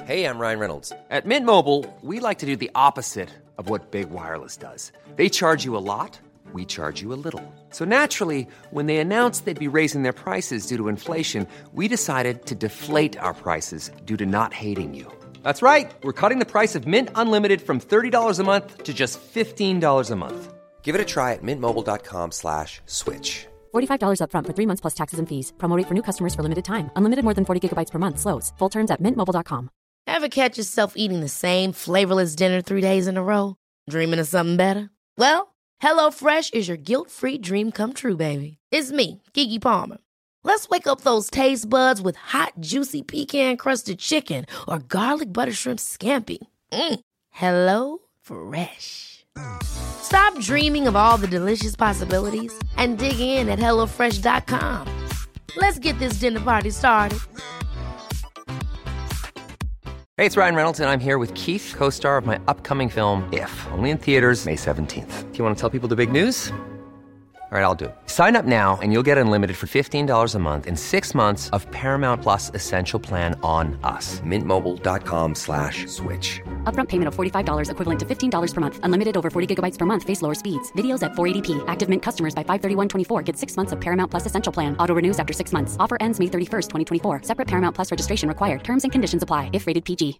Hey, I'm Ryan Reynolds. At Mint Mobile, we like to do the opposite of what Big Wireless does. They charge you a lot, we charge you a little. So naturally, when they announced they'd be raising their prices due to inflation, we decided to deflate our prices due to not hating you. That's right. We're cutting the price of Mint Unlimited from $30 a month to just $15 a month. Give it a try at mintmobile.com/switch. $45 up front for 3 months plus taxes and fees. Promo rate for new customers for limited time. Unlimited more than 40 gigabytes per month. Slows full terms at mintmobile.com. Ever catch yourself eating the same flavorless dinner 3 days in a row? Dreaming of something better? Well, HelloFresh is your guilt-free dream come true, baby. It's me, Keke Palmer. Let's wake up those taste buds with hot, juicy pecan-crusted chicken or garlic butter shrimp scampi. Hello Fresh. Stop dreaming of all the delicious possibilities and dig in at HelloFresh.com. Let's get this dinner party started. Hey, it's Ryan Reynolds, and I'm here with Keith, co-star of my upcoming film, If, only in theaters May 17th. Do you want to tell people the big news? All right, I'll do it. Sign up now and you'll get unlimited for $15 a month and 6 months of Paramount Plus Essential Plan on us. mintmobile.com/switch. Upfront payment of $45 equivalent to $15 per month. Unlimited over 40 gigabytes per month. Face lower speeds. Videos at 480p. Active Mint customers by 531.24 get 6 months of Paramount Plus Essential Plan. Auto renews after 6 months. Offer ends May 31st, 2024. Separate Paramount Plus registration required. Terms and conditions apply if rated PG.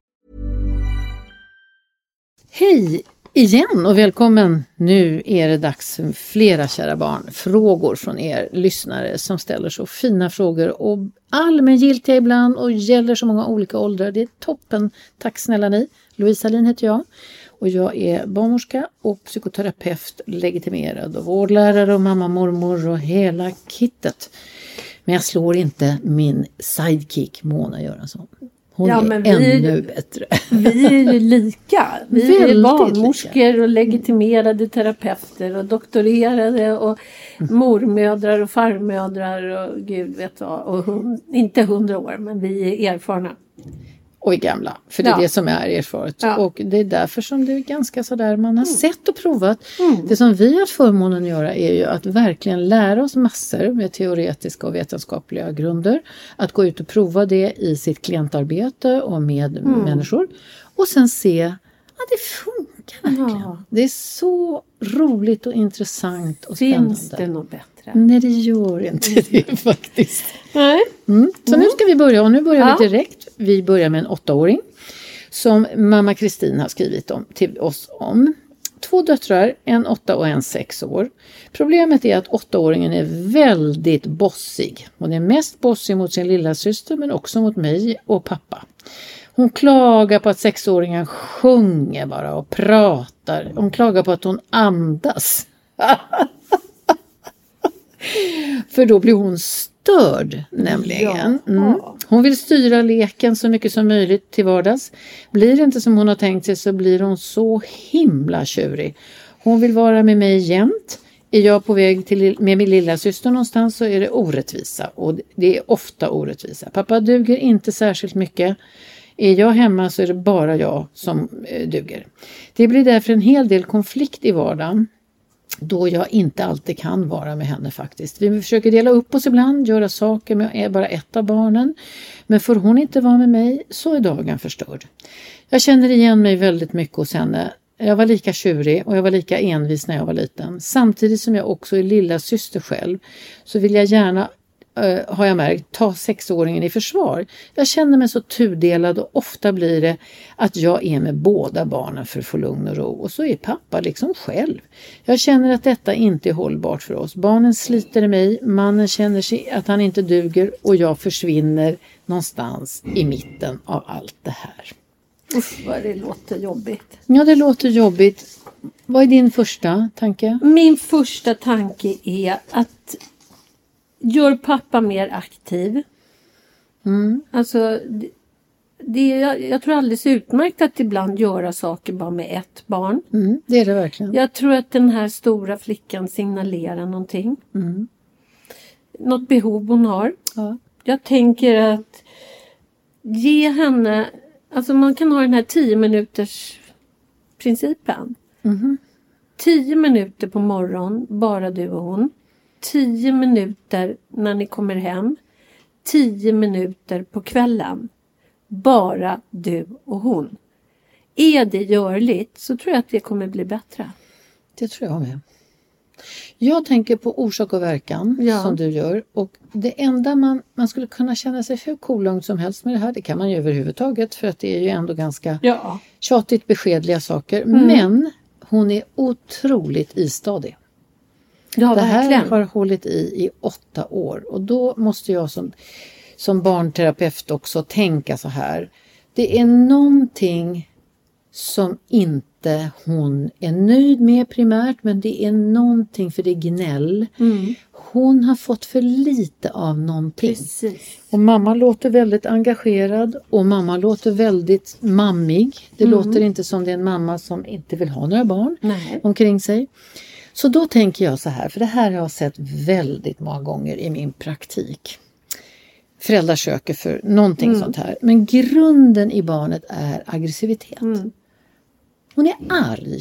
Hej igen och välkommen. Nu är det dags för flera kära barn. Frågor från er lyssnare som ställer så fina frågor och allmängiltiga ibland och gäller så många olika åldrar. Det är toppen. Tack snälla ni. Louisa Lin heter jag och jag är barnmorska och psykoterapeut, legitimerad och vårdlärare och mamma, mormor och hela kittet. Men jag slår inte min sidekick Mona Göransson. Hon är ännu bättre. Vi är ju lika. Vi är barnmorskor lika. Och legitimerade terapeuter och doktorerade och mormödrar och farmödrar och gud vet vad. Och inte 100 år, men vi är erfarna. Och är gamla, för det är det som är erfaret. Ja. Och det är därför som det är ganska sådär man har sett och provat. Det som vi har förmånen att göra är ju att verkligen lära oss massor med teoretiska och vetenskapliga grunder. Att gå ut och prova det i sitt klientarbete och med människor. Och sen se att det funkar verkligen. Ja. Det är så roligt och intressant och spännande. Finns det något bättre? Nej, det gör inte det faktiskt. Nej. Så nu ska vi börja och nu börjar vi direkt. Vi börjar med en 8-åring som mamma Kristin har skrivit till oss om. 2 döttrar, en 8 och en 6 år. Problemet är att 8-åringen är väldigt bossig. Hon är mest bossig mot sin lilla syster men också mot mig och pappa. Hon klagar på att 6-åringen sjunger bara och pratar. Hon klagar på att hon andas. För då blir hon störd nämligen. Hon vill styra leken så mycket som möjligt till vardags. Blir det inte som hon har tänkt sig så blir hon så himla tjurig. Hon vill vara med mig jämt. Är jag på väg med min lilla syster någonstans så är det orättvisa. Och det är ofta orättvisa. Pappa duger inte särskilt mycket. Är jag hemma så är det bara jag som duger. Det blir därför en hel del konflikt i vardagen. Då jag inte alltid kan vara med henne faktiskt. Vi försöker dela upp oss ibland, göra saker med bara ett av barnen. Men får hon inte vara med mig så är dagen förstörd. Jag känner igen mig väldigt mycket hos henne. Jag var lika tjurig och jag var lika envis när jag var liten. Samtidigt som jag också är lilla syster själv så vill jag gärna, har jag märkt, ta 6-åringen i försvar. Jag känner mig så tudelad och ofta blir det att jag är med båda barnen för att få lugn och ro. Och så är pappa liksom själv. Jag känner att detta inte är hållbart för oss. Barnen sliter i mig, mannen känner sig att han inte duger och jag försvinner någonstans i mitten av allt det här. Usch, vad det låter jobbigt. Ja, det låter jobbigt. Vad är din första tanke? Min första tanke är att gör pappa mer aktiv. Alltså, jag tror alldeles utmärkt att ibland göra saker bara med ett barn. Det är det verkligen. Jag tror att den här stora flickan signalerar någonting. Något behov hon har. Ja. Jag tänker att ge henne, alltså man kan ha den här 10 minuters principen. 10 minuter på morgon, bara du och hon. 10 minuter när ni kommer hem. 10 minuter på kvällen. bara du och hon. Är det görligt så tror jag att det kommer bli bättre. Det tror jag med. Jag tänker på orsak och verkan som du gör. Och det enda man skulle kunna känna sig hur kolugn som helst med det här. Det kan man ju överhuvudtaget för att det är ju ändå ganska tjatigt beskedliga saker. Men hon är otroligt istadig. Ja, det här verkligen. har hållit i 8 år. Och då måste jag som barnterapeut också tänka så här. Det är någonting som inte hon är nöjd med primärt, men det är någonting, för det är gnäll. Hon har fått för lite av någonting. Precis. Och mamma låter väldigt engagerad och mamma låter väldigt mammig. Det låter inte som det är en mamma som inte vill ha några barn omkring sig. Så då tänker jag så här, för det här har jag sett väldigt många gånger i min praktik. Föräldrar söker för någonting sånt här. Men grunden i barnet är aggressivitet. Hon är arg.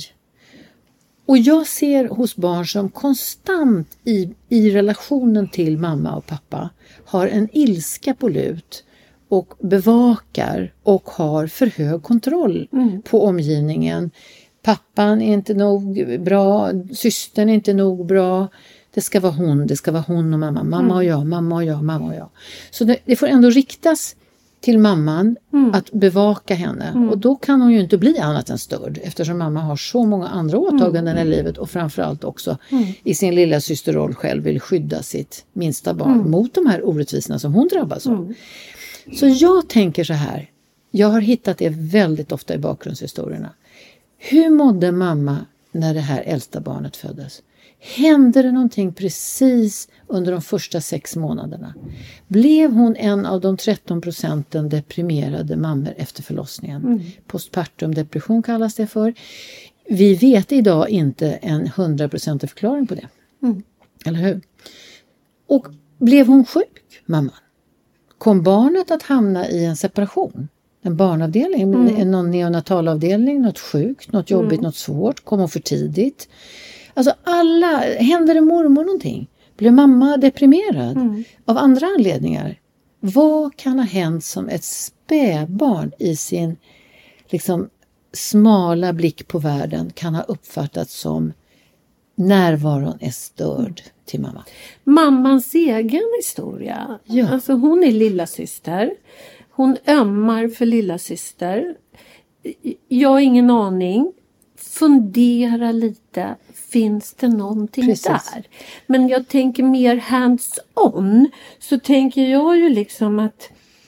Och jag ser hos barn som konstant i relationen till mamma och pappa har en ilska på lut och bevakar och har för hög kontroll på omgivningen. Pappan är inte nog bra, systern är inte nog bra. Det ska vara hon och mamma. Mamma och jag, mamma och jag, mamma och jag. Så det får ändå riktas till mamman att bevaka henne. Och då kan hon ju inte bli annat än störd. Eftersom mamma har så många andra åtaganden i livet. Och framförallt också i sin lilla systerroll själv vill skydda sitt minsta barn mot de här orättvisorna som hon drabbas av. Så jag tänker så här. Jag har hittat det väldigt ofta i bakgrundshistorierna. Hur mådde mamma när det här äldsta barnet föddes? Hände det någonting precis under de första 6 månaderna? Blev hon en av de 13% deprimerade mammor efter förlossningen? Postpartum depression kallas det för. Vi vet idag inte en 100% förklaring på det. Eller hur? Och blev hon sjuk, mamman? Kom barnet att hamna i en separation? En barnavdelning, någon neonatalavdelning, något sjukt, något jobbigt, något svårt? Kom hon för tidigt? Alltså hände det mormor någonting? Blev mamma deprimerad av andra anledningar? Vad kan ha hänt som ett spädbarn i sin liksom smala blick på världen kan ha uppfattats som närvaron är störd till mamma? Mammans egen historia. Ja. Alltså hon är lilla syster. Hon ömmar för lilla syster. Jag har ingen aning. Fundera lite. Finns det någonting där? Men jag tänker mer hands-on. Så tänker jag ju liksom att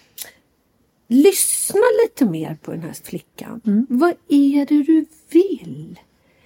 lyssna lite mer på den här flickan. Vad är det du vill?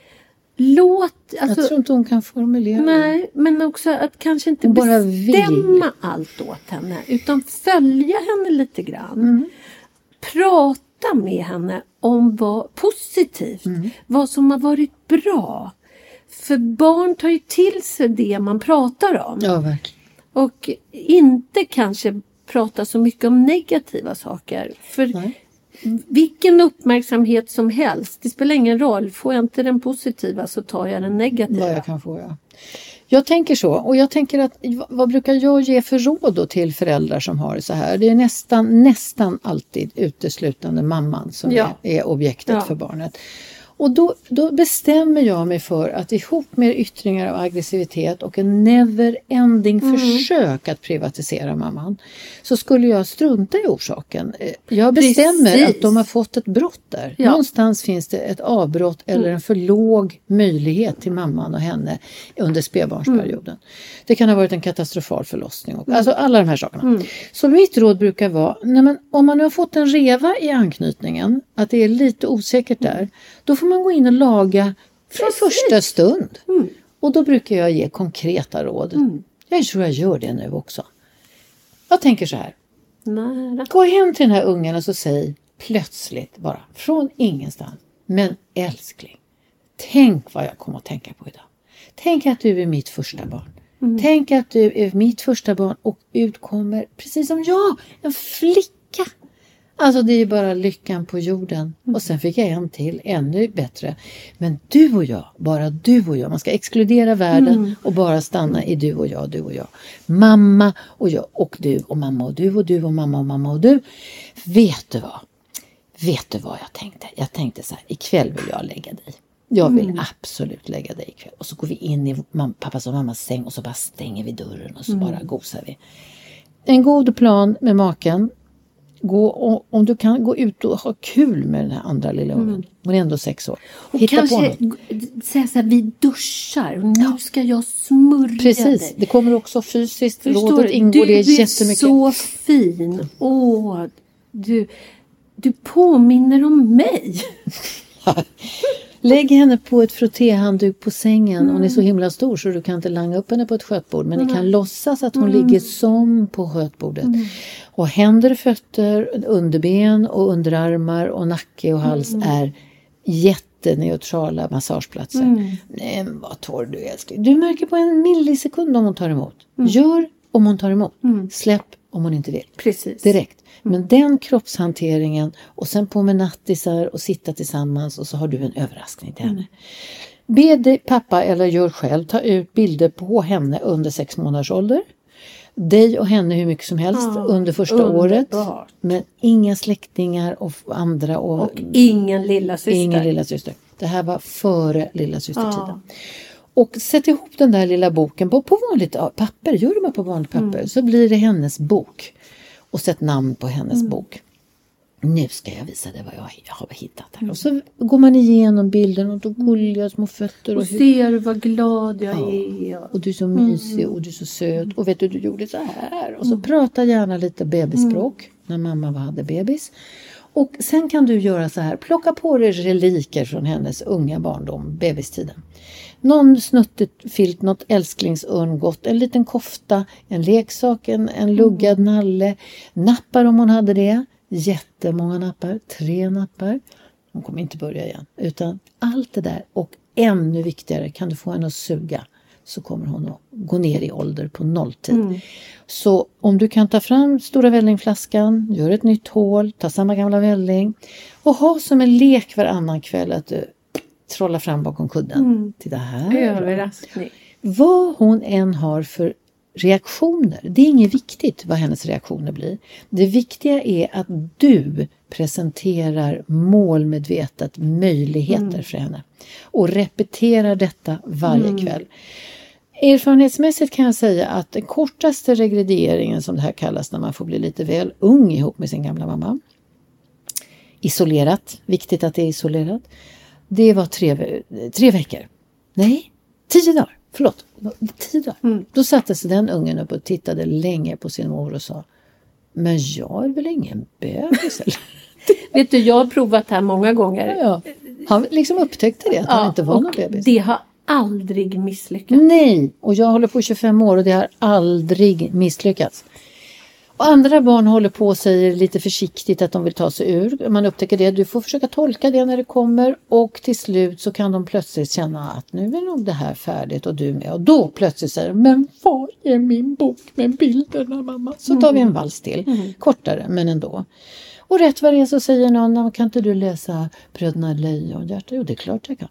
Jag tror inte hon kan formulera. Nej, men också att kanske inte bara bestämma allt åt henne. Utan följa henne lite grann. Prata med henne om vad positivt. Vad som har varit bra. För barn tar ju till sig det man pratar om. Ja, verkligen. Och inte kanske prata så mycket om negativa saker. För vilken uppmärksamhet som helst. Det spelar ingen roll. Får jag inte den positiva så tar jag den negativa. Vad jag kan få, ja. Jag tänker så. Och jag tänker att vad brukar jag ge för råd då till föräldrar som har det så här? Det är nästan alltid uteslutande mamman som är objektet för barnet. Och då bestämmer jag mig för att ihop med yttringar av aggressivitet och en never-ending försök att privatisera mamman, så skulle jag strunta i orsaken. Jag bestämmer att de har fått ett brott där. Ja. Någonstans finns det ett avbrott eller en för låg möjlighet till mamman och henne under spädbarnsperioden. Det kan ha varit en katastrofal förlossning. Alltså alla de här sakerna. Så mitt råd brukar vara, om man nu har fått en reva i anknytningen, att det är lite osäkert där, då får man gå in och laga från första stund. Och då brukar jag ge konkreta råd. Jag tror jag gör det nu också. Jag tänker så här. Gå hem till den här ungen och så säg plötsligt bara från ingenstans. Men älskling, tänk vad jag kommer att tänka på idag. Tänk att du är mitt första barn. Tänk att du är mitt första barn och utkommer precis som jag, en flicka. Alltså det är bara lyckan på jorden. Och sen fick jag en till, ännu bättre. Men du och jag, bara du och jag. Man ska exkludera världen och bara stanna i du och jag, du och jag. Mamma och jag och du och mamma och du och du och mamma och mamma och du. Vet du vad jag tänkte? Jag tänkte så här, ikväll vill jag lägga dig. Jag vill absolut lägga dig ikväll. Och så går vi in i pappas och mammas säng och så bara stänger vi dörren och så bara gosar vi. En god plan med maken. Om du kan gå ut och ha kul med den här andra lilla ungen. Hon är ändå 6 år. Och kanske säga så här, vi duschar och nu ska jag smörja Precis, dig. det kommer också fysiskt. Rådet ingår det jättemycket. Du är så fin. Du påminner om mig. Lägg henne på ett frottéhandduk på sängen. Hon är så himla stor så du kan inte langa upp henne på ett skötbord. Men ni kan låtsas att hon ligger som på skötbordet. Och händer, fötter, underben och underarmar och nacke och hals är jätteneutrala massageplatser. Nej, vad torr du älskling. Du märker på en millisekund om hon tar emot. Gör om hon tar emot. Släpp om hon inte vill. Precis. Direkt. Men den kroppshanteringen och sen på med nattisar och sitta tillsammans och så har du en överraskning till henne. Be dig pappa eller gör själv ta ut bilder på henne under 6 månaders ålder. Dig och henne hur mycket som helst under första året. Men inga släktingar och andra. Och ingen lilla syster. Ingen lilla syster. Det här var före lilla systertiden. Och sätt ihop den där lilla boken på vanligt papper. Gör det bara på vanligt papper. Så blir det hennes bok. Och sätt namn på hennes bok. Nu ska jag visa dig vad jag har hittat här. Och så går man igenom bilden och då gulliga små fötter. Och ser vad glad jag är. Och du är så mysig och du är så söt. Och vet du gjorde så här. Och så prata gärna lite bebisspråk. När mamma hade bebis. Och sen kan du göra så här. Plocka på dig reliker från hennes unga barndom. Bebistiden. Någon snuttigt filt, något älsklingsörngott, en liten kofta, en leksak, en luggad nalle, nappar om hon hade det, jättemånga nappar, 3 nappar, hon kommer inte börja igen, utan allt det där och ännu viktigare kan du få henne att suga så kommer hon att gå ner i ålder på nolltid. Så om du kan ta fram stora vällingflaskan, gör ett nytt hål, ta samma gamla välling och ha som en lek varannan kväll att du trolla fram bakom kudden. Till det här. Överraskning. Vad hon än har för reaktioner. Det är inget viktigt vad hennes reaktioner blir. Det viktiga är att du presenterar målmedvetet möjligheter för henne. Och repeterar detta varje kväll. Erfarenhetsmässigt kan jag säga att den kortaste regredieringen som det här kallas när man får bli lite väl ung ihop med sin gamla mamma. Isolerat. Viktigt att det är isolerat. Det var 3 veckor. Nej, 10 dagar. Förlåt, 10 dagar. Då satte sig den ungen upp och tittade länge på sin mor och sa men jag är väl ingen bebis? Vet du, jag har provat det här många gånger. Ja. Han liksom upptäckte det, att han inte var någon bebis. Det har aldrig misslyckats. Nej, och jag håller på 25 år och det har aldrig misslyckats. Och andra barn håller på och säger lite försiktigt att de vill ta sig ur. Man upptäcker det. Du får försöka tolka det när det kommer. Och till slut så kan de plötsligt känna att nu är nog det här färdigt och du med. Och då plötsligt säger de, men vad är min bok med bilderna mamma? Så tar vi en vals till. Kortare men ändå. Och rätt vad det är så säger någon, kan inte du läsa Bröderna Lejonhjärta? Jo, det är klart jag kan.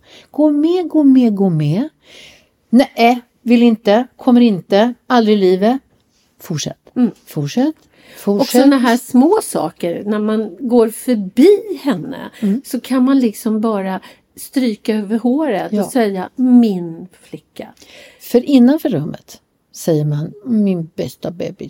Gå med. Nej, vill inte, kommer inte, aldrig i livet. Fortsätt. Och sådana här små saker, när man går förbi henne så kan man liksom bara stryka över håret och säga min flicka. För innanför rummet säger man min bästa bebis.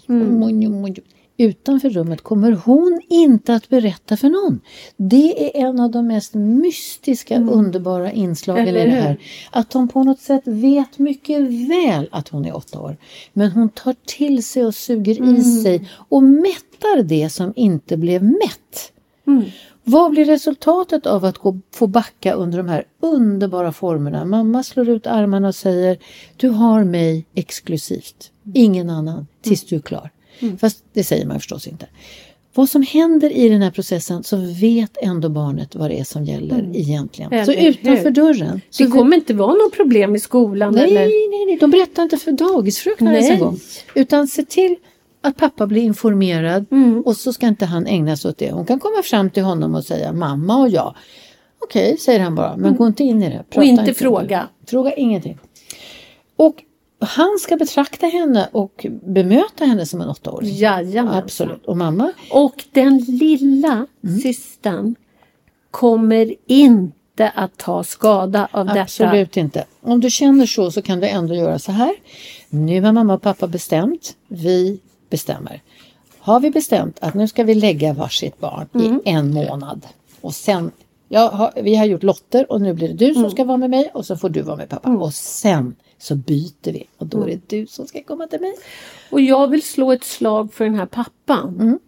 Utanför rummet kommer hon inte att berätta för någon. Det är en av de mest mystiska, underbara inslagen i det här. Att hon på något sätt vet mycket väl att hon är 8 år. Men hon tar till sig och suger i sig och mättar det som inte blev mätt. Vad blir resultatet av att få backa under de här underbara formerna? Mamma slår ut armarna och säger du har mig exklusivt. Ingen annan tills du är klar. Fast det säger man förstås inte. Vad som händer i den här processen så vet ändå barnet vad det är som gäller egentligen. Så utanför dörren. Så det kommer inte vara något problem i skolan? Nej. De berättar inte för dagisfröknar ens en gång. Utan se till att pappa blir informerad och så ska inte han ägna sig åt det. Hon kan komma fram till honom och säga mamma och jag. Okej, säger han bara, men gå inte in i det. Och inte fråga. Fråga ingenting. Och han ska betrakta henne och bemöta henne som en 8-åring. Jajamän. Absolut. Och mamma? Och den lilla systern kommer inte att ta skada av detta. Absolut inte. Om du känner så kan du ändå göra så här. Nu har mamma och pappa bestämt. Vi bestämmer. Har vi bestämt att nu ska vi lägga varsitt barn i 1 månad. Och sen, vi har gjort lotter och nu blir det du som ska vara med mig och så får du vara med pappa. Och sen så byter vi och då är det du som ska komma till mig. Och jag vill slå ett slag för den här pappan.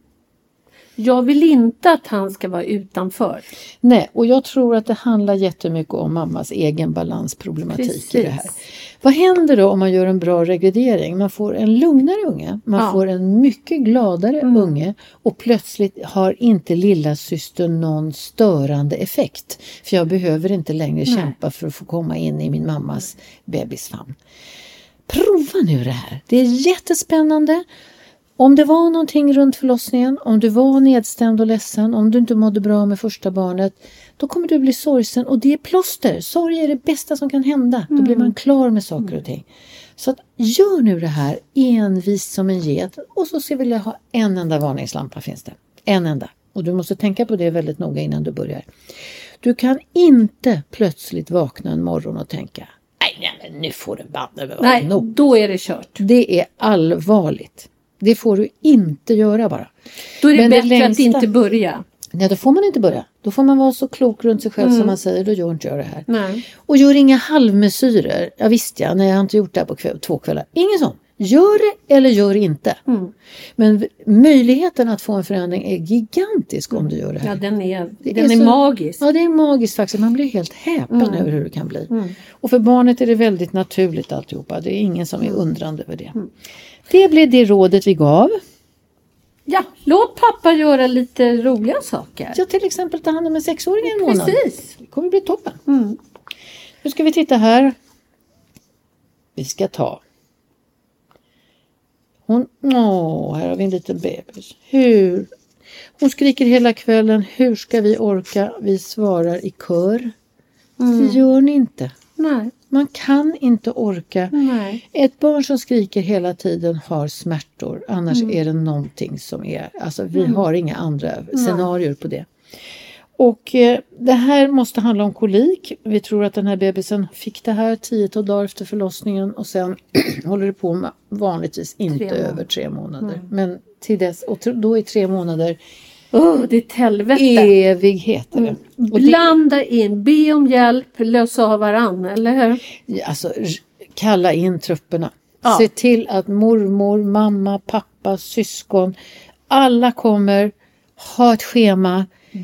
Jag vill inte att han ska vara utanför. Nej, och jag tror att det handlar jättemycket om mammas egen balansproblematik i det här. Vad händer då om man gör en bra regredering? Man får en lugnare unge, man får en mycket gladare unge och plötsligt har inte lilla syster någon störande effekt. För jag behöver inte längre kämpa för att få komma in i min mammas bebisfamn. Prova nu det här, det är jättespännande. Om det var någonting runt förlossningen, om du var nedstämd och ledsen, om du inte mådde bra med första barnet, då kommer du bli sorgsen och det är plåster. Sorg är det bästa som kan hända. Då blir man klar med saker och ting. Så att gör nu det här envis som en get och så vill jag ha en enda varningslampa finns det. En enda. Och du måste tänka på det väldigt noga innan du börjar. Du kan inte plötsligt vakna en morgon och tänka nej men nu får du banne vara nog. Då är det kört. Det är allvarligt. Det får du inte göra bara. Då är det bättre att inte börja. Nej, då får man inte börja. Då får man vara så klok runt sig själv som man säger. Då gör inte jag det här. Nej. Och gör inga halvmesyrer. Ja visst ja, nej jag har inte gjort det här på 2 kvällar. Ingen sån. Gör det eller gör inte. Men möjligheten att få en förändring är gigantisk om du gör det här. Ja, den är magisk. Ja, det är magiskt faktiskt. Man blir helt häpen över hur det kan bli. Och för barnet är det väldigt naturligt alltihopa. Det är ingen som är undrande över det. Det blev det rådet vi gav. Ja, låt pappa göra lite roliga saker. Ja, till exempel ta hand om en 6-åring en månad. Precis. Det kommer bli toppen. Nu ska vi titta här. Vi ska ta. Här har vi en liten bebis. Hon skriker hela kvällen. Hur ska vi orka? Vi svarar i kör. Det gör ni inte. Nej. Man kan inte orka. Nej. Ett barn som skriker hela tiden har smärtor. Annars är det någonting som är... Alltså vi har inga andra scenarier på det. Och det här måste handla om kolik. Vi tror att den här bebisen fick det här 10 dagar efter förlossningen. Och sen håller det på med vanligtvis inte över 3 månader. Men till dess, och då är 3 månader... det är ett helvete. Evigheter. Blanda in, be om hjälp, lösa av varann, eller hur? Alltså, kalla in trupperna. Ja. Se till att mormor, mamma, pappa, syskon, alla kommer ha ett schema.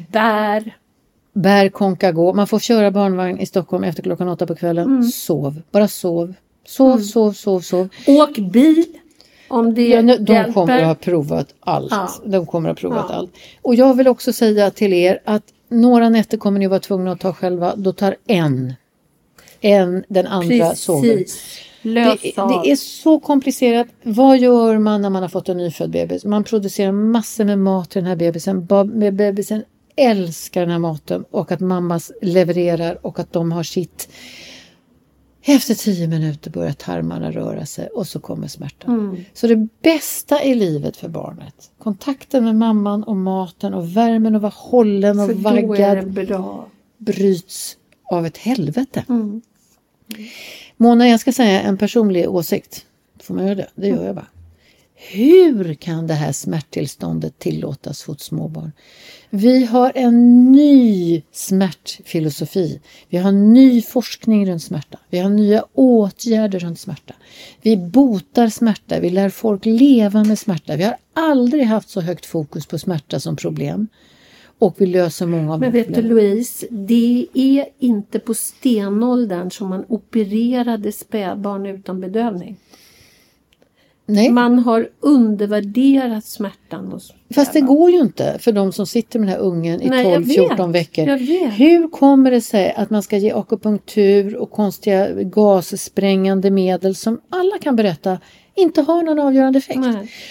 Bär, konka, gå. Man får köra barnvagn i Stockholm efter 8:00 på kvällen. Sov, bara sov. Sov. Åk bil. Om det de kommer att ha provat allt. Ja. De kommer att ha provat allt. Och jag vill också säga till er att några nätter kommer ni vara tvungna att ta själva. Då tar en den andra sover. Det är så komplicerat. Vad gör man när man har fått en nyfödd bebis? Man producerar massor med mat till den här bebisen. Bebisen älskar den här maten. Och att mammas levererar och att de har sitt. Efter 10 minuter börjar tarmarna röra sig och så kommer smärtan. Så det bästa i livet för barnet, kontakten med mamman och maten och värmen och vara hållen och vaggad, bryts av ett helvete. Mona, jag ska säga en personlig åsikt. Får man göra det? Det gör jag bara. Hur kan det här smärttillståndet tillåtas hos småbarn? Vi har en ny smärtfilosofi. Vi har ny forskning runt smärta. Vi har nya åtgärder runt smärta. Vi botar smärta. Vi lär folk leva med smärta. Vi har aldrig haft så högt fokus på smärta som problem. Och vi löser många av Men vet du Louise, det är inte på stenåldern som man opererade spädbarn utan bedövning. Nej. Man har undervärderat smärtan hos Fast det går ju inte för de som sitter med den här ungen i 12-14 veckor. Jag vet. Hur kommer det sig att man ska ge akupunktur och konstiga gassprängande medel som alla kan berätta inte har någon avgörande effekt? Nej.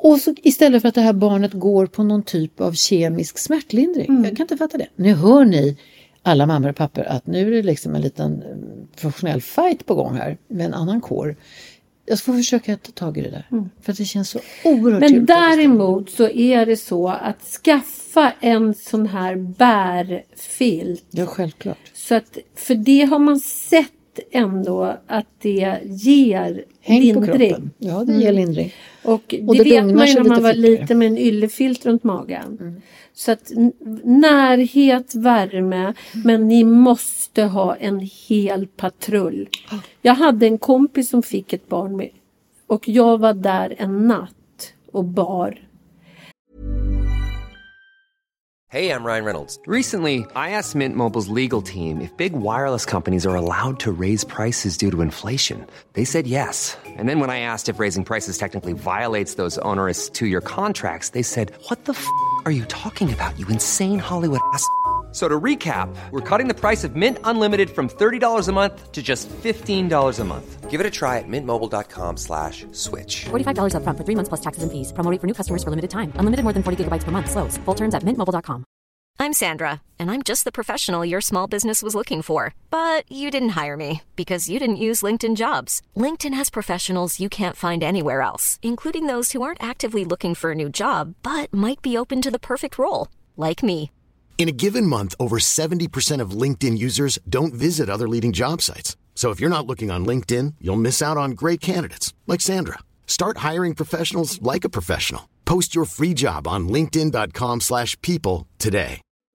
Och så istället för att det här barnet går på någon typ av kemisk smärtlindring. Jag kan inte fatta det. Nu hör ni alla mammor och pappor att nu är det liksom en liten professionell fight på gång här med en annan kår. Jag får försöka ta tag i det där. För att det känns så oerhört. Men däremot så är det så att skaffa en sån här bärfilt. Ja, självklart. Så att, för det har man sett ändå att det ger lindring. På kroppen. Ja, det ger lindring. Och det vet man ju när man var lite med en yllefilt runt magen. Så att närhet, värme, men ni måste ha en hel patrull. Jag hade en kompis som fick ett barn med och jag var där en natt och bar. Hey, I'm Ryan Reynolds. Recently, I asked Mint Mobile's legal team if big wireless companies are allowed to raise prices due to inflation. They said yes. And then when I asked if raising prices technically violates those onerous 2-year contracts, they said, "What the f*** are you talking about, you insane Hollywood ass?" So to recap, we're cutting the price of Mint Unlimited from $30 a month to just $15 a month. Give it a try at mintmobile.com/switch. $45 up front for 3 months plus taxes and fees. Promo rate for new customers for limited time. Unlimited more than 40 gigabytes per month. Slows full terms at mintmobile.com. I'm Sandra, and I'm just the professional your small business was looking for. But you didn't hire me because you didn't use LinkedIn Jobs. LinkedIn has professionals you can't find anywhere else, including those who aren't actively looking for a new job, but might be open to the perfect role, like me. In a given month, over 70% of LinkedIn users don't visit other leading job sites. So if you're not looking on LinkedIn, you'll miss out on great candidates like Sandra. Start hiring professionals like a professional. Post your free job on linkedin.com/people today.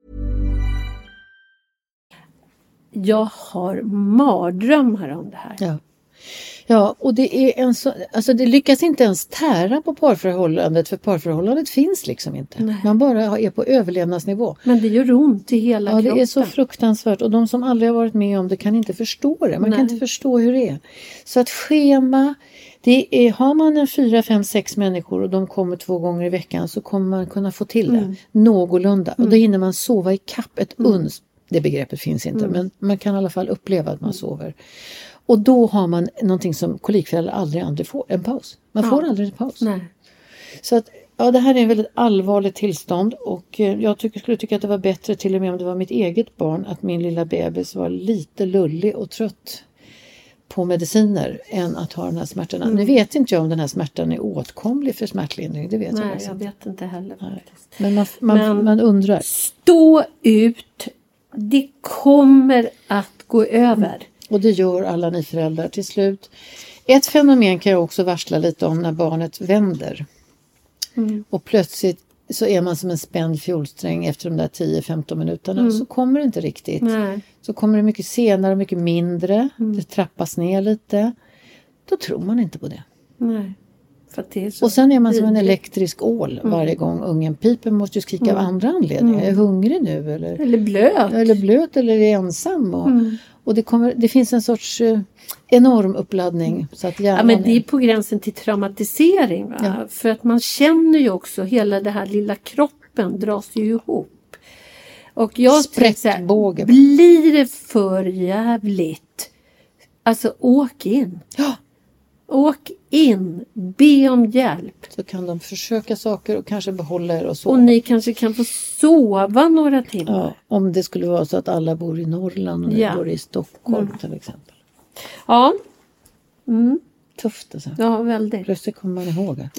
Jag har mardrömmar om det här. Ja, och det är alltså det lyckas inte ens tära på parförhållandet, för parförhållandet finns liksom inte. Nej. Man bara är på överlevnadsnivå. Men det gör ont i hela kroppen. Ja, det är så fruktansvärt, och de som aldrig har varit med om det kan inte förstå det. Man kan inte förstå hur det är. Så att schema, har man en 4, 5, 6 människor och de kommer 2 gånger i veckan, så kommer man kunna få till det någorlunda. Och då hinner man sova i kapp ett uns. Det begreppet finns inte, men man kan i alla fall uppleva att man sover. Och då har man någonting som kolikföräldrar aldrig får, en paus. Man får aldrig en paus. Nej. Så att, det här är en väldigt allvarligt tillstånd, och jag skulle tycka att det var bättre, till och med om det var mitt eget barn, att min lilla bebis var lite lullig och trött på mediciner än att ha den här smärtorna. Nu vet inte jag om den här smärtan är åtkomlig för smärtlindring. Det vet jag faktiskt. Nej, jag vet inte heller. Men man undrar. Stå ut. Det kommer att gå över. Och det gör alla ni föräldrar till slut. Ett fenomen kan jag också varsla lite om när barnet vänder. Och plötsligt så är man som en spänd fjolsträng efter de där 10-15 minuterna. Så kommer det inte riktigt. Nej. Så kommer det mycket senare och mycket mindre. Det trappas ner lite. Då tror man inte på det. Nej. För att det är så och sen är man som en elektrisk ål varje gång ungen piper. Måste ju skrika av andra anledningar. Är jag hungrig nu? Eller blöt eller är ensam. Och det finns en sorts enorm uppladdning. Så att men det är på gränsen till traumatisering. Va? Ja. För att man känner ju också hela det här lilla kroppen dras ju ihop. Och jag tänker, blir det för jävligt? Alltså åk in. Ja. Åk in, be om hjälp. Så kan de försöka saker och kanske behålla er och så. Och ni kanske kan få sova några timmar. Ja, om det skulle vara så att alla bor i Norrland och ni bor i Stockholm till exempel. Ja. Tufft alltså. Ja, väldigt. Plötsligt kommer man ihåg det.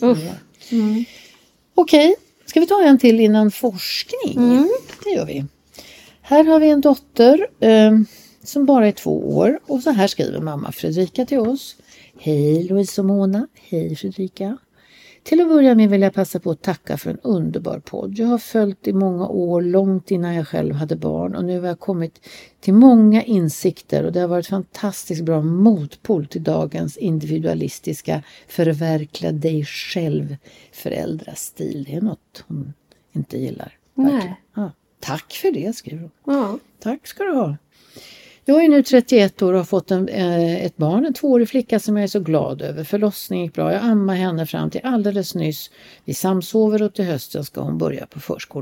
Okej, ska vi ta en till innan forskning? Det gör vi. Här har vi en dotter som bara är 2 år. Och så här skriver mamma Fredrika till oss. Hej Louise och Mona. Hej Fredrika. Till att börja med vill jag passa på att tacka för en underbar podd. Jag har följt i många år, långt innan jag själv hade barn. Och nu har jag kommit till många insikter. Och det har varit fantastiskt bra motpol till dagens individualistiska förverkliga dig själv föräldrastil. Det är något hon inte gillar. Nej. Ja, tack för det, skriver hon. Ja. Tack ska du ha. Jag är nu 31 år och har fått ett barn, en 2-årig flicka som jag är så glad över. Förlossning gick bra, jag ammar henne fram till alldeles nyss. Vi samsover och till hösten ska hon börja på förskolan.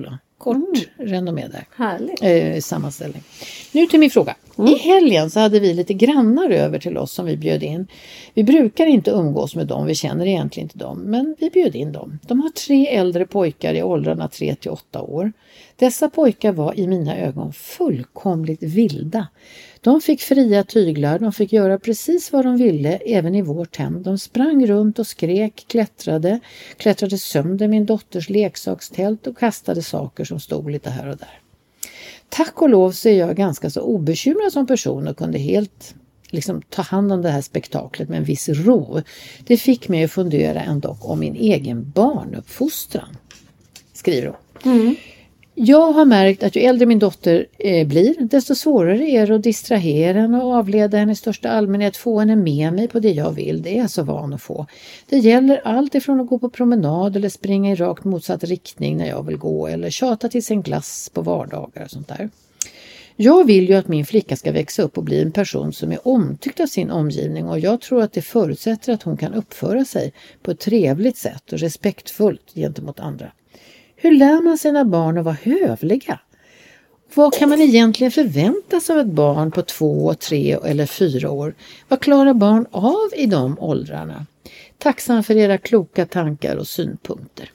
kort renommé där. Härligt. Sammanställning. Nu till min fråga. I helgen så hade vi lite grannar över till oss som vi bjöd in. Vi brukar inte umgås med dem, vi känner egentligen inte dem, men vi bjöd in dem. De har 3 äldre pojkar i åldrarna 3-8 år. Dessa pojkar var i mina ögon fullkomligt vilda. De fick fria tyglar, de fick göra precis vad de ville även i vårt hem. De sprang runt och skrek, klättrade sönder min dotters leksakstält och kastade saker som stod lite här och där. Tack och lov så är jag ganska så obekymrad som person och kunde helt ta hand om det här spektaklet med en viss ro. Det fick mig att fundera ändå om min egen barnuppfostran, skriver hon. Jag har märkt att ju äldre min dotter blir, desto svårare är det att distrahera henne och avleda henne i största allmänhet, få henne med mig på det jag vill. Det är jag så van att få. Det gäller allt ifrån att gå på promenad eller springa i rakt motsatt riktning när jag vill gå eller tjata till sin glass på vardagar och sånt där. Jag vill ju att min flicka ska växa upp och bli en person som är omtyckt av sin omgivning och jag tror att det förutsätter att hon kan uppföra sig på ett trevligt sätt och respektfullt gentemot andra. Hur lär man sina barn att vara hövliga? Vad kan man egentligen förvänta sig av ett barn på 2, 3 eller 4 år? Vad klarar barn av i de åldrarna? Tacksam för era kloka tankar och synpunkter.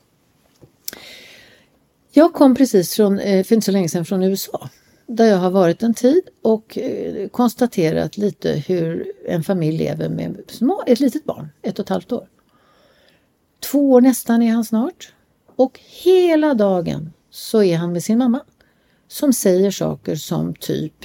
Jag kom precis för inte så länge sedan från USA. Där jag har varit en tid och konstaterat lite hur en familj lever med ett litet barn, 1,5 år. 2 år nästan är han snart. Och hela dagen så är han med sin mamma som säger saker som typ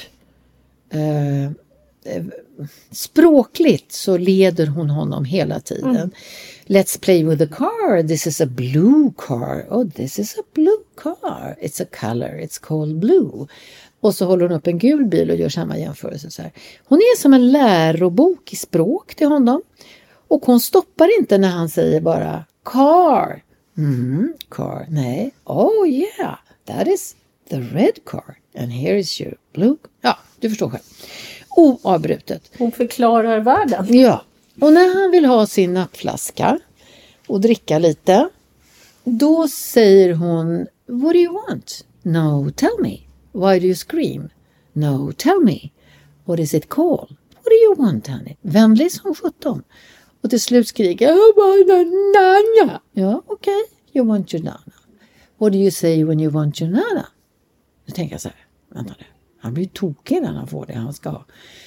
språkligt så leder hon honom hela tiden. Let's play with the car. This is a blue car. Oh, this is a blue car. It's a color. It's called blue. Och så håller hon upp en gul bil och gör samma jämförelse så här. Hon är som en lärobok i språk till honom. Och hon stoppar inte när han säger bara car. Car. Nej. Oh yeah. That is the red car. And here is your blue. Ja, du förstår själv. Oavbrutet. Hon förklarar världen. Ja. Och när han vill ha sin nappflaska och dricka lite, då säger hon, what do you want? No, tell me. Why do you scream? No, tell me. What is it called? What do you want, honey? Vänlig som 17. Och till slut skriker jag, nana. Ja, okej. You want your nana. What do you say when you want your nana? Då tänker jag så här, vänta nu. Han blir tokig när han får det han ska ha.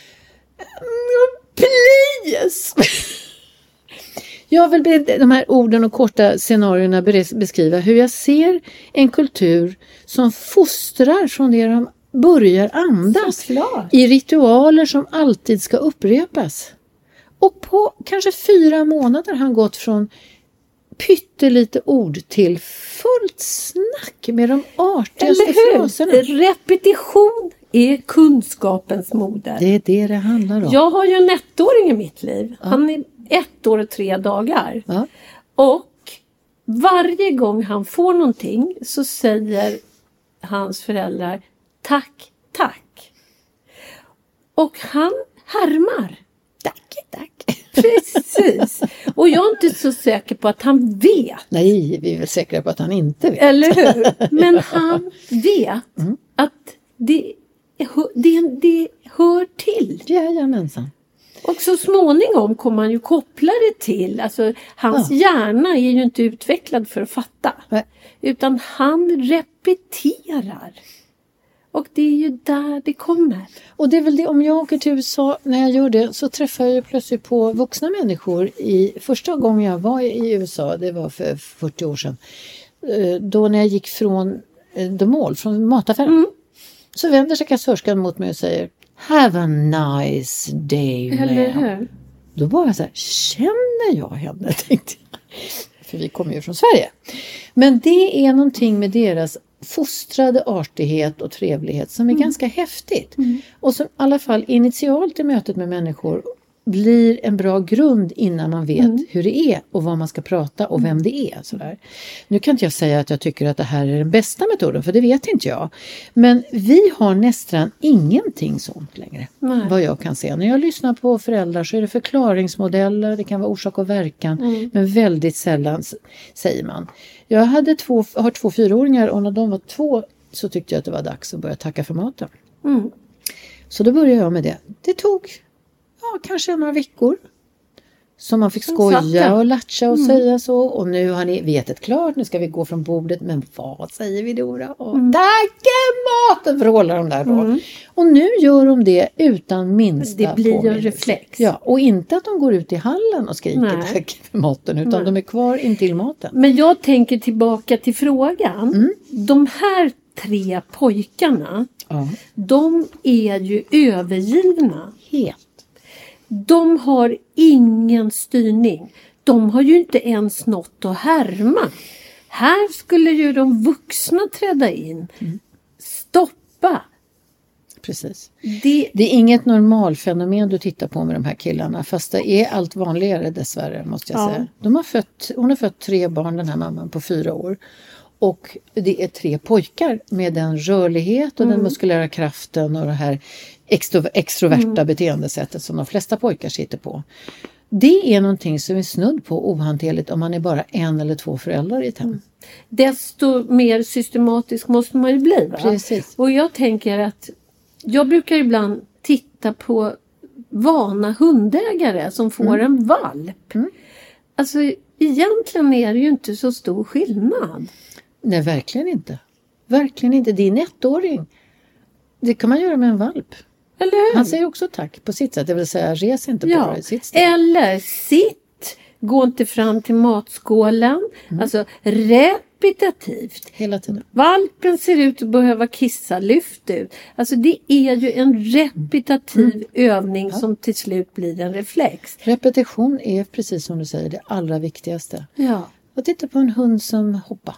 Please! Jag vill de här orden och korta scenarierna beskriva hur jag ser en kultur som fostrar från det de börjar andas i ritualer som alltid ska upprepas. Och på kanske 4 månader har han gått från pyttelite ord till fullt snack med de artigaste fraserna. Repetition är kunskapens moder. Det är det handlar om. Jag har ju en 1-åring i mitt liv. Ja. Han är 1 år och 3 dagar. Ja. Och varje gång han får någonting så säger hans föräldrar tack, tack. Och han härmar. Tack. Precis. Och jag är inte så säker på att han vet. Nej, vi är väl säkra på att han inte vet. Eller hur? Men han vet att det hör till. Jajamensan. Och så småningom kommer man ju koppla det till. Alltså, hans hjärna är ju inte utvecklad för att fatta. Nej. Utan han repeterar. Och det är ju där det kommer. Och det är väl det, om jag åker till USA, när jag gör det så träffar jag plötsligt på vuxna människor. Första gången jag var i USA, det var för 40 år sedan. Då när jag gick från The Mall, från mataffären. Så vänder sig kassörskan mot mig och säger have a nice day. Eller hur? Då bara så här, känner jag henne, tänkte jag. För vi kommer ju från Sverige. Men det är någonting med deras fostrade artighet och trevlighet som är ganska häftigt. Och som i alla fall initialt i mötet med människor blir en bra grund innan man vet hur det är och vad man ska prata och vem det är. Sådär. Nu kan inte jag säga att jag tycker att det här är den bästa metoden, för det vet inte jag. Men vi har nästan ingenting sånt längre, vad jag kan se. När jag lyssnar på föräldrar så är det förklaringsmodeller, det kan vara orsak och verkan, men väldigt sällan säger man. Jag har 2 4-åringar och när de var 2 så tyckte jag att det var dags att börja tacka för maten. Så då började jag med det. Det tog kanske några veckor. Så man fick skoja och latcha och säga så. Och nu har ni vetat klart, nu ska vi gå från bordet. Men vad säger vi då? Tacka maten för att hålla dem där då. Och nu gör de det utan minsta det blir en reflex. Ja, och inte att de går ut i hallen och skriker tack för maten. Utan de är kvar intill maten. Men jag tänker tillbaka till frågan. De här 3 pojkarna, de är ju övergivna. Helt. De har ingen styrning. De har ju inte ens något att härma. Här skulle ju de vuxna träda in. Stoppa. Precis. Det är inget normalfenomen du tittar på med de här killarna. Fast det är allt vanligare dessvärre, måste jag säga. Hon har fött 3 barn, den här mamman, på 4 år. Och det är 3 pojkar med den rörlighet och den muskulära kraften och det här extroverta beteendesättet som de flesta pojkar sitter på. Det är någonting som är snudd på ohanterligt om man är bara 1 eller 2 föräldrar i ett hem. Desto mer systematisk måste man ju bli, va? Precis. Och jag tänker att jag brukar ibland titta på vana hundägare som får en valp. Alltså egentligen är det ju inte så stor skillnad. Nej, verkligen inte. Verkligen inte. Din 1-åring. Det kan man göra med en valp. Eller hur? Han säger också tack på sitt sätt. Det vill säga, res inte bara i sitt steg. Eller sitt. Gå inte fram till matskålen. Alltså repetitivt. Hela tiden. Valpen ser ut att behöva kissa. Lyft ut. Alltså det är ju en repetitiv övning som till slut blir en reflex. Repetition är precis som du säger det allra viktigaste. Ja. Och titta på en hund som hoppar.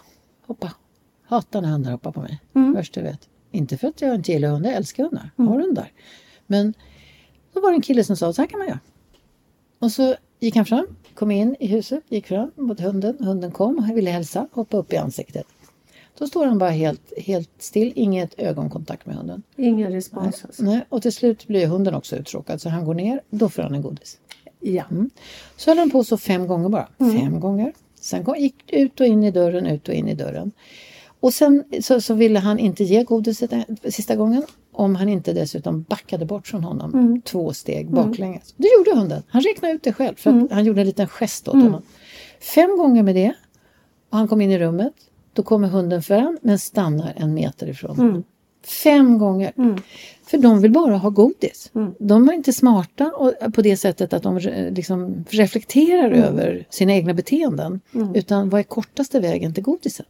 Hatar när hundar hoppar på mig. Värst du vet. Inte för att jag inte gillar hundar, jag älskar hundar. Har hundar. Men då var det en kille som sa, så här kan man göra. Och så gick han fram, kom in i huset, gick fram mot hunden. Hunden kom och ville hälsa, hoppa upp i ansiktet. Då står han bara helt still, inget ögonkontakt med hunden. Ingen respons. Nej. Och till slut blir hunden också uttråkad så han går ner, då får han en godis. Ja. Så höll han på så 5 gånger bara. 5 gånger. Sen gick ut och in i dörren. Och sen så ville han inte ge godiset sista gången. Om han inte dessutom backade bort från honom 2 steg baklänges. Det gjorde hunden. Han räknade ut det själv. För att han gjorde en liten gest åt honom. 5 gånger med det. Och han kom in i rummet. Då kommer hunden fram men stannar 1 meter ifrån. 5 gånger. För de vill bara ha godis. De är inte smarta på det sättet att de liksom reflekterar över sina egna beteenden. Utan vad är kortaste vägen till godiset?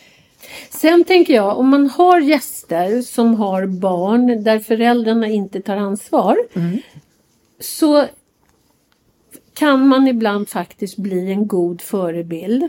Sen tänker jag, om man har gäster som har barn där föräldrarna inte tar ansvar. Så kan man ibland faktiskt bli en god förebild.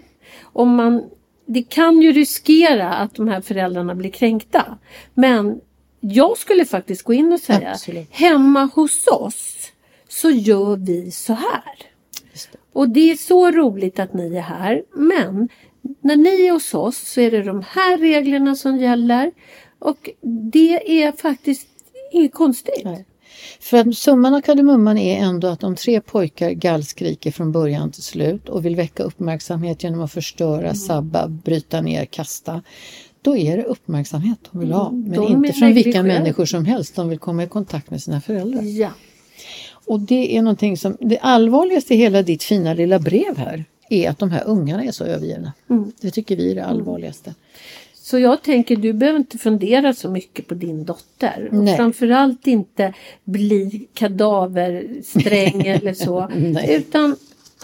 Det kan ju riskera att de här föräldrarna blir kränkta. Men jag skulle faktiskt gå in och säga, hemma hos oss så gör vi så här. Och det är så roligt att ni är här. Men när ni är hos oss så är det de här reglerna som gäller. Och det är faktiskt inget konstigt. Nej. För att summan av kardemumman är ändå att de 3 pojkar gallskriker från början till slut och vill väcka uppmärksamhet genom att förstöra, sabba, bryta ner, kasta. Då är det uppmärksamhet de vill ha. Men inte från vilka människor som helst. De vill komma i kontakt med sina föräldrar. Ja. Och det är någonting som, det allvarligaste i hela ditt fina lilla brev här är att de här ungarna är så övergivna. Det tycker vi är det allvarligaste. Så jag tänker, du behöver inte fundera så mycket på din dotter. Och framförallt inte bli kadaversträng eller så. Utan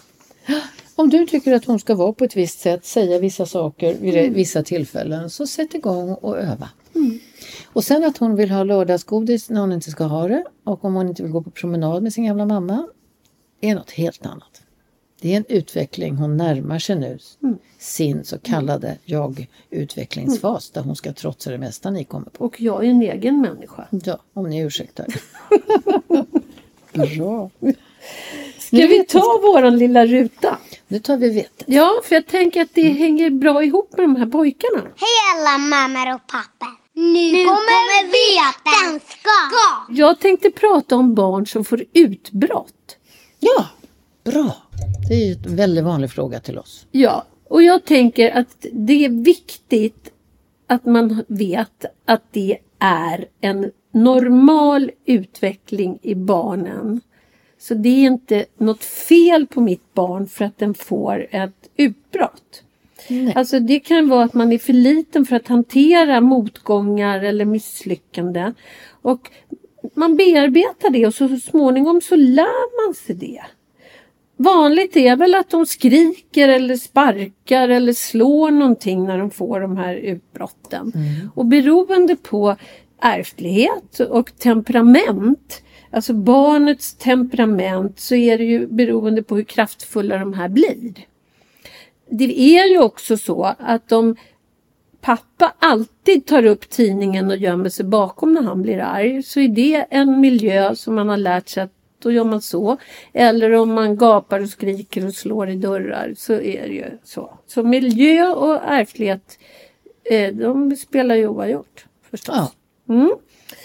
om du tycker att hon ska vara på ett visst sätt, säga vissa saker vid vissa tillfällen, så sätt igång och öva. Och sen att hon vill ha lördagsgodis när hon inte ska ha det, och om hon inte vill gå på promenad med sin gamla mamma, är något helt annat. Det är en utveckling, hon närmar sig nu sin så kallade jag-utvecklingsfas där hon ska trotsa det mesta ni kommer på. Och jag är en egen människa. Ja, om ni ursäktar. Bra. Ska vi ta våran lilla ruta? Nu tar vi vetet. Ja, för jag tänker att det hänger bra ihop med de här pojkarna. Hej alla mammor och pappor. Nu kommer vetenskap. Jag tänkte prata om barn som får utbrott. Ja, bra. Det är ju en väldigt vanlig fråga till oss. Ja, och jag tänker att det är viktigt att man vet att det är en normal utveckling i barnen. Så det är inte något fel på mitt barn för att den får ett utbrott. Nej. Alltså det kan vara att man är för liten för att hantera motgångar eller misslyckande. Och man bearbetar det och så småningom så lär man sig det. Vanligt är väl att de skriker eller sparkar eller slår någonting när de får de här utbrotten. Och beroende på ärftlighet och temperament, alltså barnets temperament, så är det ju beroende på hur kraftfulla de här blir. Det är ju också så att om pappa alltid tar upp tidningen och gömmer sig bakom när han blir arg, så är det en miljö som man har lärt sig att då gör man så. Eller om man gapar och skriker och slår i dörrar, så är det ju så. Så miljö och ärftlighet, de spelar ju oavgjort förstås. Ja.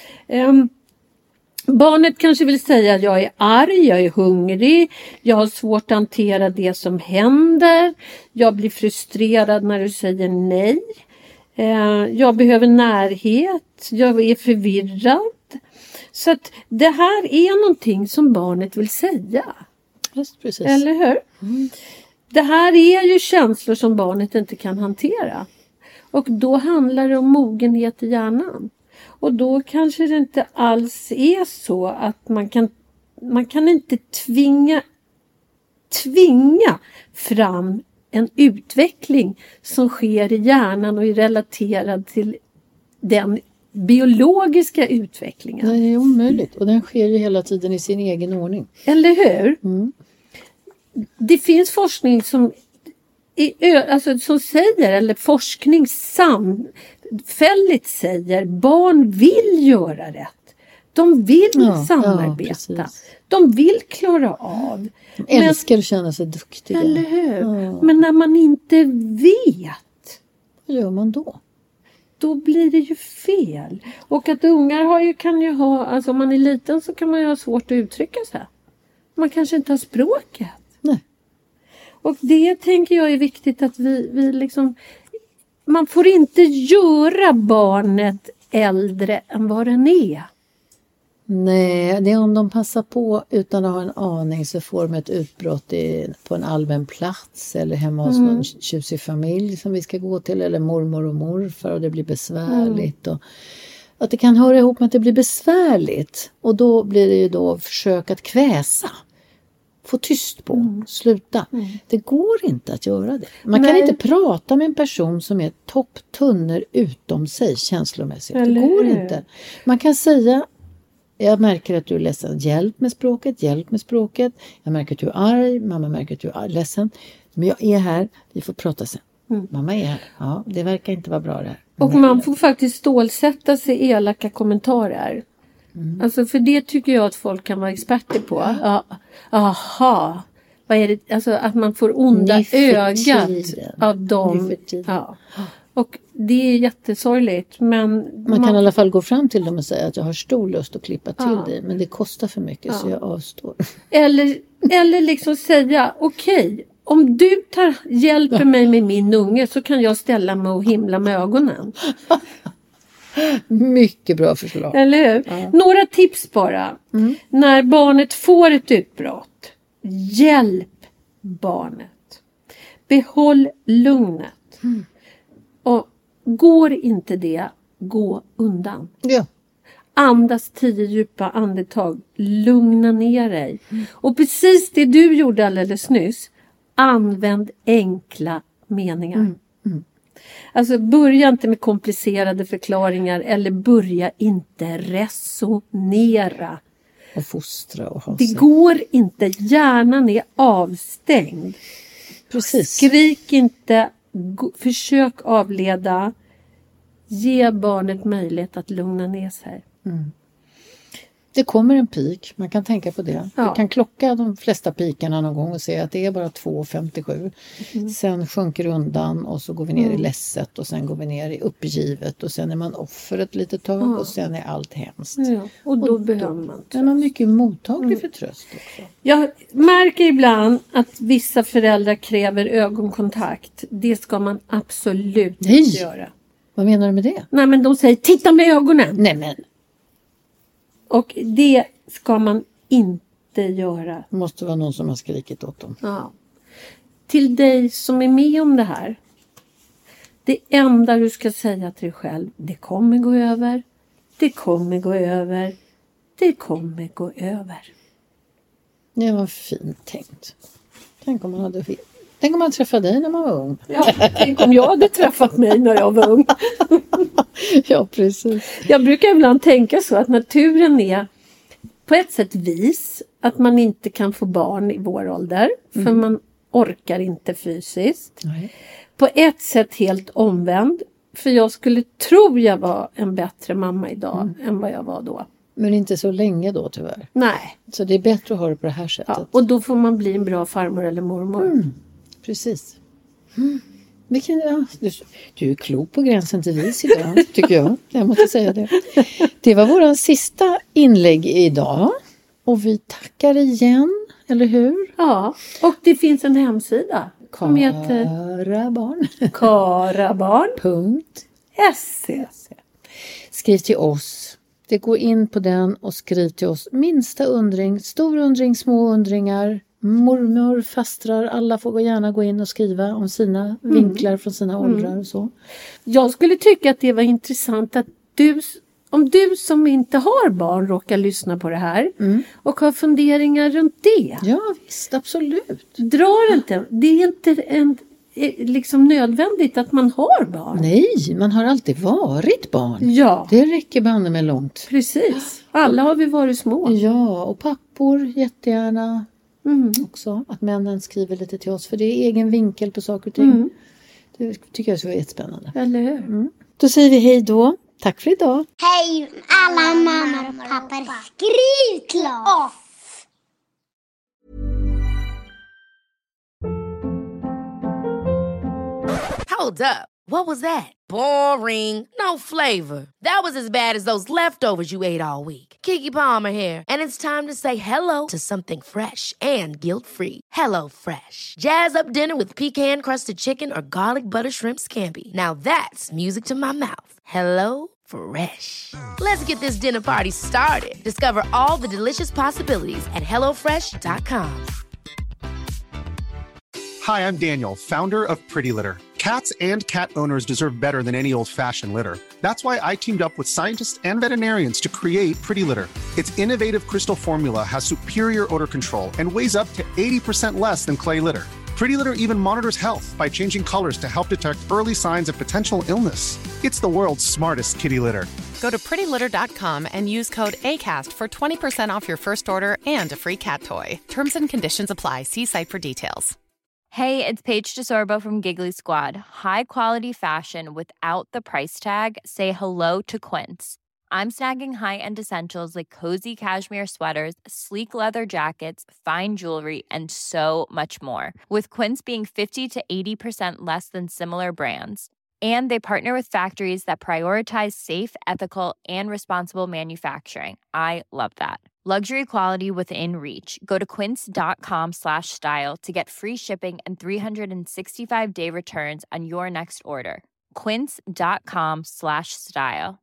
Barnet kanske vill säga att jag är arg, jag är hungrig, jag har svårt att hantera det som händer, jag blir frustrerad när du säger nej, jag behöver närhet, jag är förvirrad. Så att det här är någonting som barnet vill säga. Just precis. Eller hur? Det här är ju känslor som barnet inte kan hantera. Och då handlar det om mogenhet i hjärnan. Och då kanske det inte alls är så att man kan inte tvinga fram en utveckling som sker i hjärnan och är relaterad till den biologiska utvecklingen. Det är omöjligt och den sker ju hela tiden i sin egen ordning. Eller hur? Det finns forskning som säger, eller forskning samfälligt säger, barn vill göra rätt. De vill samarbeta. Ja, de vill klara av. De älskar att känna sig duktiga. Eller hur? Ja. Men när man inte vet, vad gör man då? Då blir det ju fel. Och att ungar kan ju ha, alltså om man är liten så kan man ju ha svårt att uttrycka sig. Man kanske inte har språket. Nej. Och det tänker jag är viktigt att vi liksom, man får inte göra barnet äldre än vad den är. Nej, det är om de passar på utan att ha en aning så får de ett utbrott på en allmän plats eller hemma hos någon tjusig familj som vi ska gå till, eller mormor och morfar, och det blir besvärligt. Och att det kan höra ihop med att det blir besvärligt, och då blir det ju då försök att kväsa. Få tyst på, sluta. Det går inte att göra det. Man kan inte prata med en person som är topptunner utom sig känslomässigt. Det går inte. Man kan säga: jag märker att du är ledsen. Hjälp med språket. Jag märker att du är arg. Mamma märker att du är ledsen. Men jag är här. Vi får prata sen. Mamma är här. Ja, det verkar inte vara bra det här. Och man får faktiskt stålsätta sig elaka kommentarer. Alltså för det tycker jag att folk kan vara experter på. Aha. Vad är det? Alltså att man får onda ögat av dem. Ja. Och det är jättesorgligt. Men man kan i alla fall gå fram till dem och säga att jag har stor lust att klippa till dig. Men det kostar för mycket så jag avstår. Eller liksom säga okej, om du hjälper mig med min unge så kan jag ställa mig och himla med ögonen. Mycket bra förslag. Eller hur? Ja. Några tips bara. När barnet får ett utbrott. Hjälp barnet. Behåll lugnet. Och går inte det, gå undan. Ja. Andas 10 djupa andetag. Lugna ner dig. Och precis det du gjorde alldeles nyss. Använd enkla meningar. Alltså börja inte med komplicerade förklaringar, eller börja inte resonera. Och fostra och ha det sig. Går inte, hjärnan är avstängd. Precis. Skrik inte, försök avleda. Ge barnet möjlighet att lugna ner sig. Det kommer en pik, man kan tänka på det. Ja. Du kan klocka de flesta pikarna någon gång och se att det är bara 2,57. Sen sjunker undan och så går vi ner i ledset och sen går vi ner i uppgivet och sen är man offer ett litet tag och sen är allt hemskt. Ja, och då behöver man tröst. Men man är mycket mottaglig för tröst också. Jag märker ibland att vissa föräldrar kräver ögonkontakt. Det ska man absolut inte göra. Vad menar du med det? Nej, men de säger titta med ögonen. Nej men. Och det ska man inte göra. Det måste vara någon som har skrikit åt dem. Ja. Till dig som är med om det här. Det enda du ska säga till dig själv. Det kommer gå över. Det kommer gå över. Det kommer gå över. Det var fint tänkt. Tänk om man träffade dig när man var ung. Ja, tänk om jag hade träffat mig när jag var ung. Ja, precis. Jag brukar ibland tänka så att naturen är på ett sätt vis att man inte kan få barn i vår ålder. För man orkar inte fysiskt. Nej. På ett sätt helt omvänd. För jag skulle tro jag var en bättre mamma idag än vad jag var då. Men inte så länge då tyvärr. Nej. Så det är bättre att ha det på det här sättet. Ja, och då får man bli en bra farmor eller mormor. Precis. Du är klok på gränsen till vis idag, tycker jag. Jag måste säga det. Det var våran sista inlägg idag. Och vi tackar igen, eller hur? Ja, och det finns en hemsida som heter karabarn.se. Skriv till oss. Det går in på den och skriv till oss. Minsta undring, stor undring, små undringar. Mormor, fastrar, alla får gärna gå in och skriva om sina vinklar från sina åldrar och så. Jag skulle tycka att det var intressant att om du som inte har barn råkar lyssna på det här och har funderingar runt det. Ja visst, absolut. Drar inte. Det är inte liksom nödvändigt att man har barn. Nej, man har alltid varit barn. Ja. Det räcker banne med långt. Precis. Alla har vi varit små. Ja, och pappor jättegärna också. Att männen skriver lite till oss. För det är egen vinkel på saker och ting. Det tycker jag så är jättespännande. Eller hur? Då säger vi hej då. Tack för idag. Hej alla mammor och pappor. Skriv till oss! Hold up. What was that? Boring. No flavor. That was as bad as those leftovers you ate all week. Keke Palmer here. And it's time to say hello to something fresh and guilt-free. Hello Fresh. Jazz up dinner with pecan-crusted chicken or garlic butter shrimp scampi. Now that's music to my mouth. Hello Fresh. Let's get this dinner party started. Discover all the delicious possibilities at hellofresh.com. Hi, I'm Daniel, founder of Pretty Litter. Cats and cat owners deserve better than any old-fashioned litter. That's why I teamed up with scientists and veterinarians to create Pretty Litter. Its innovative crystal formula has superior odor control and weighs up to 80% less than clay litter. Pretty Litter even monitors health by changing colors to help detect early signs of potential illness. It's the world's smartest kitty litter. Go to prettylitter.com and use code ACAST for 20% off your first order and a free cat toy. Terms and conditions apply. See site for details. Hey, it's Paige DeSorbo from Giggly Squad. High quality fashion without the price tag. Say hello to Quince. I'm snagging high-end essentials like cozy cashmere sweaters, sleek leather jackets, fine jewelry, and so much more. With Quince being 50 to 80% less than similar brands. And they partner with factories that prioritize safe, ethical, and responsible manufacturing. I love that. Luxury quality within reach. Go to quince.com/style to get free shipping and 365-day returns on your next order. Quince.com/style.